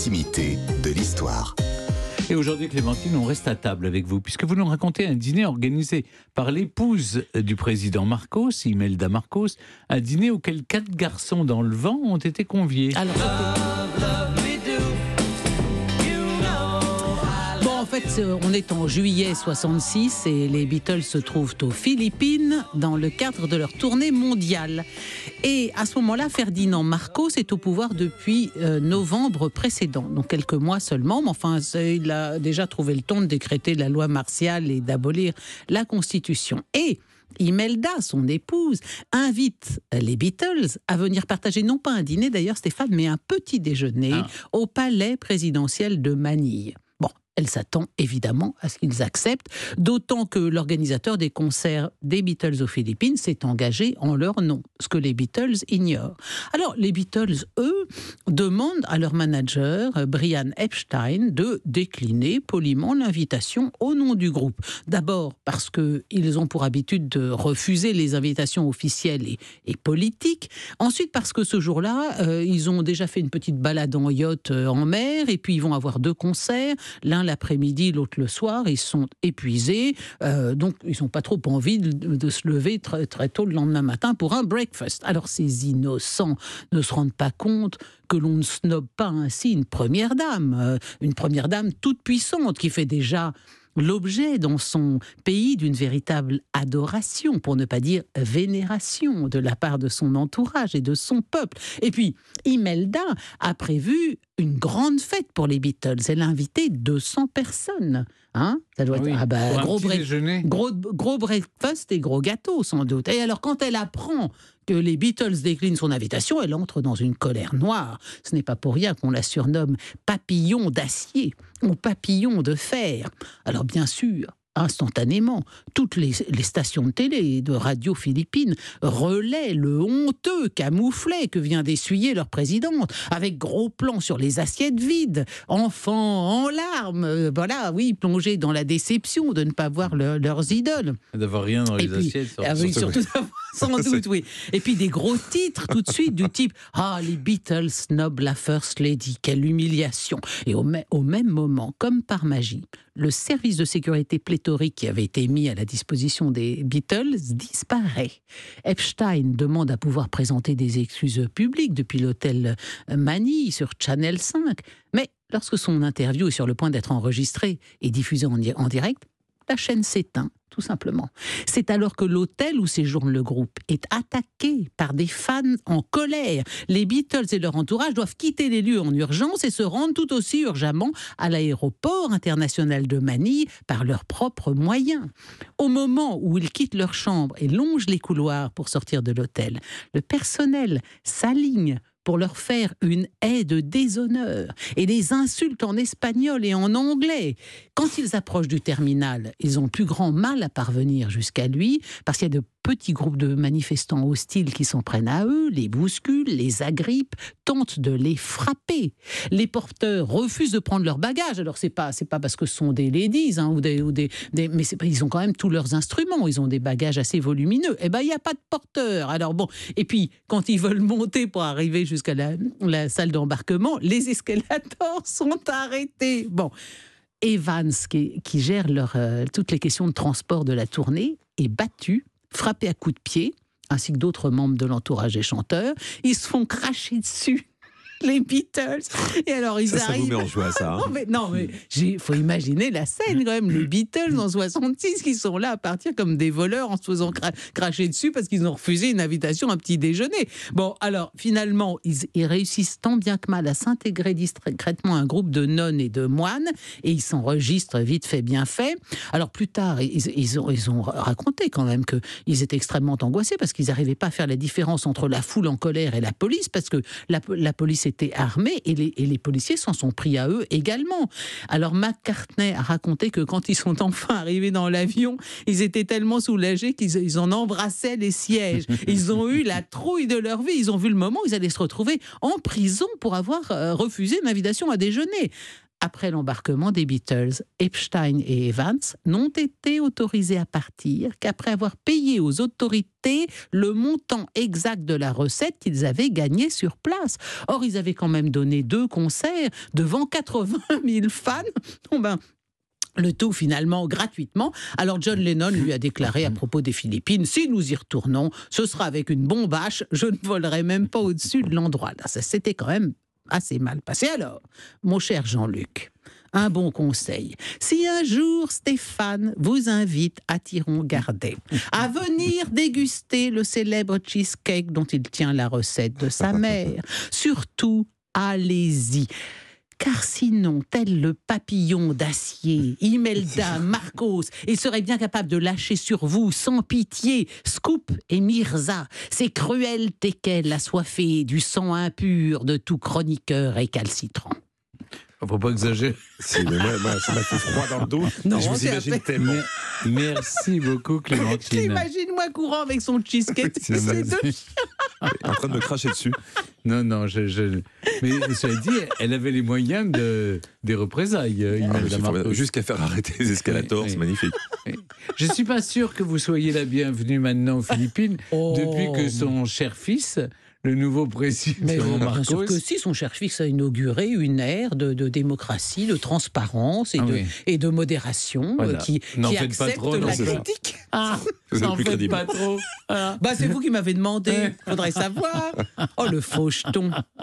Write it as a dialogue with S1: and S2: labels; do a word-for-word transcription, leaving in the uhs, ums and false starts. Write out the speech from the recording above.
S1: l'intimité de l'histoire.
S2: Et aujourd'hui, Clémentine, on reste à table avec vous, puisque vous nous racontez un dîner organisé par l'épouse du président Marcos, Imelda Marcos, un dîner auquel quatre garçons dans le vent ont été conviés.
S3: Alors, en fait, on est en juillet soixante-six et les Beatles se trouvent aux Philippines dans le cadre de leur tournée mondiale. Et à ce moment-là, Ferdinand Marcos est au pouvoir depuis euh, novembre précédent, donc quelques mois seulement. Mais enfin, il a déjà trouvé le temps de décréter la loi martiale et d'abolir la Constitution. Et Imelda, son épouse, invite les Beatles à venir partager, non pas un dîner d'ailleurs, Stéphane, mais un petit déjeuner ah. au palais présidentiel de Manille. Elle s'attend évidemment à ce qu'ils acceptent, d'autant que l'organisateur des concerts des Beatles aux Philippines s'est engagé en leur nom, ce que les Beatles ignorent. Alors, les Beatles, eux, demandent à leur manager, Brian Epstein, de décliner poliment l'invitation au nom du groupe. D'abord parce qu'ils ont pour habitude de refuser les invitations officielles et, et politiques. Ensuite parce que ce jour-là, euh, ils ont déjà fait une petite balade en yacht euh, en mer, et puis ils vont avoir deux concerts, l'un l'après-midi, l'autre le soir, ils sont épuisés, euh, donc ils n'ont pas trop envie de, de se lever très, très tôt le lendemain matin pour un breakfast. Alors ces innocents ne se rendent pas compte que l'on ne snobe pas ainsi une première dame, euh, une première dame toute puissante qui fait déjà l'objet dans son pays d'une véritable adoration, pour ne pas dire vénération, de la part de son entourage et de son peuple. Et puis, Imelda a prévu une grande fête pour les Beatles. Elle a invité deux cents personnes. Hein, ça doit
S2: oui,
S3: être ah bah, gros,
S2: break,
S3: gros, gros breakfast et gros gâteau, sans doute. Et alors, quand elle apprend que les Beatles déclinent son invitation, elle entre dans une colère noire. Ce n'est pas pour rien qu'on la surnomme papillon d'acier ou papillon de fer. Alors, bien sûr, instantanément, toutes les, les stations de télé et de radio philippines relaient le honteux camouflet que vient d'essuyer leur présidente, avec gros plans sur les assiettes vides, enfants en larmes, euh, voilà, oui, plongés dans la déception de ne pas voir leur, leurs idoles.
S2: D'avoir rien dans les
S3: et puis,
S2: assiettes.
S3: Ah oui, surtout d'avoir, sans doute, oui. Et puis des gros titres tout de suite du type « Ah, les Beatles snobent la First Lady, quelle humiliation !» Et au, au même moment, comme par magie, le service de sécurité pléthorique qui avait été mis à la disposition des Beatles disparaît. Epstein demande à pouvoir présenter des excuses publiques depuis l'hôtel Manille sur Channel cinq. Mais lorsque son interview est sur le point d'être enregistrée et diffusée en, en direct, la chaîne s'éteint, tout simplement. C'est alors que l'hôtel où séjourne le groupe est attaqué par des fans en colère. Les Beatles et leur entourage doivent quitter les lieux en urgence et se rendre tout aussi urgemment à l'aéroport international de Manille par leurs propres moyens. Au moment où ils quittent leur chambre et longent les couloirs pour sortir de l'hôtel, le personnel s'aligne pour leur faire une haie de déshonneur et les insultes en espagnol et en anglais. Quand ils approchent du terminal, ils ont plus grand mal à parvenir jusqu'à lui, parce qu'il y a de petits groupes de manifestants hostiles qui s'en prennent à eux, les bousculent, les agrippent, tentent de les frapper. Les porteurs refusent de prendre leurs bagages. Alors c'est pas c'est pas parce que ce sont des ladies, hein, ou des, ou des, des mais c'est pas, ils ont quand même tous leurs instruments. Ils ont des bagages assez volumineux. Eh ben il y a pas de porteurs. Alors bon, et puis quand ils veulent monter pour arriver jusqu'à la, la salle d'embarquement, les escalators sont arrêtés. Bon. Evans, qui, qui gère leur, euh, toutes les questions de transport de la tournée, est battu, frappé à coups de pied, ainsi que d'autres membres de l'entourage des chanteurs. Ils se font cracher dessus, les Beatles. Et alors ils
S4: ça,
S3: arrivent.
S4: Ça vous met en joie, ça. Hein.
S3: non, mais, non, mais il faut imaginer la scène quand même. Les Beatles en soixante-six qui sont là à partir comme des voleurs en se faisant cra- cracher dessus parce qu'ils ont refusé une invitation à un petit déjeuner. Bon, alors finalement, ils, ils réussissent tant bien que mal à s'intégrer discrètement à un groupe de nonnes et de moines et ils s'enregistrent vite fait, bien fait. Alors plus tard, ils, ils, ont, ils ont raconté quand même qu'ils étaient extrêmement angoissés parce qu'ils n'arrivaient pas à faire la différence entre la foule en colère et la police, parce que la, la police était armés et les, et les policiers s'en sont pris à eux également. Alors McCartney a raconté que quand ils sont enfin arrivés dans l'avion, ils étaient tellement soulagés qu'ils ils en embrassaient les sièges. Ils ont eu la trouille de leur vie. Ils ont vu le moment où ils allaient se retrouver en prison pour avoir euh, refusé une invitation à déjeuner. après l'embarquement des Beatles, Epstein et Evans n'ont été autorisés à partir qu'après avoir payé aux autorités le montant exact de la recette qu'ils avaient gagnée sur place. Or, ils avaient quand même donné deux concerts devant quatre-vingt mille fans. Bon ben, le tout finalement gratuitement. Alors John Lennon lui a déclaré à propos des Philippines, si nous y retournons, ce sera avec une bombache, je ne volerai même pas au-dessus de l'endroit. Là, ça s'était quand même assez mal passé. Alors, mon cher Jean-Luc, un bon conseil. Si un jour Stéphane vous invite à Tiron-Gardet à venir déguster le célèbre cheesecake dont il tient la recette de sa mère, surtout, allez-y. Car sinon, tel le papillon d'acier, Imelda Marcos, il serait bien capable de lâcher sur vous, sans pitié, Scoop et Mirza, ces cruels teckels assoiffés du sang impur de tout chroniqueur récalcitrant.
S2: Faut pas exagérer.
S4: Si, mais moi, moi, ça m'a fait froid dans le dos.
S3: Non,
S4: je vous
S3: c'est
S4: imagine
S3: un
S4: tellement.
S2: Merci beaucoup, Clémentine.
S3: Imagine-moi courant avec son cheesecake.
S2: C'est
S3: C'est de-
S4: En train de me cracher dessus.
S2: Non, non, je, je... Mais cela dit, elle avait les moyens de, des représailles, euh,
S4: Ah, mais
S2: Imelda
S4: c'est
S2: Marcos.
S4: formidable. Jusqu'à faire arrêter les escalators,
S2: Oui,
S4: c'est
S2: oui.
S4: magnifique.
S2: Je ne suis pas sûr que vous soyez la bienvenue maintenant aux Philippines,
S3: Oh.
S2: depuis que son cher fils, le nouveau président
S3: Mais bien
S2: Marcos...
S3: sûr que si, son cher fils a inauguré une ère de, de démocratie, de transparence et,
S2: Ah
S3: de,
S2: oui.
S3: et de modération
S2: Voilà.
S3: euh, qui,
S2: N'en
S3: qui
S2: faites pas
S3: accepte
S2: trop, non,
S3: la
S4: c'est ça.
S3: critique.
S2: Ah,
S4: Vous êtes
S2: n'en
S4: plus
S2: faites
S4: crédible.
S2: pas trop. Ah.
S3: Bah, c'est vous qui m'avez demandé, faudrait savoir. Oh, le faucheton.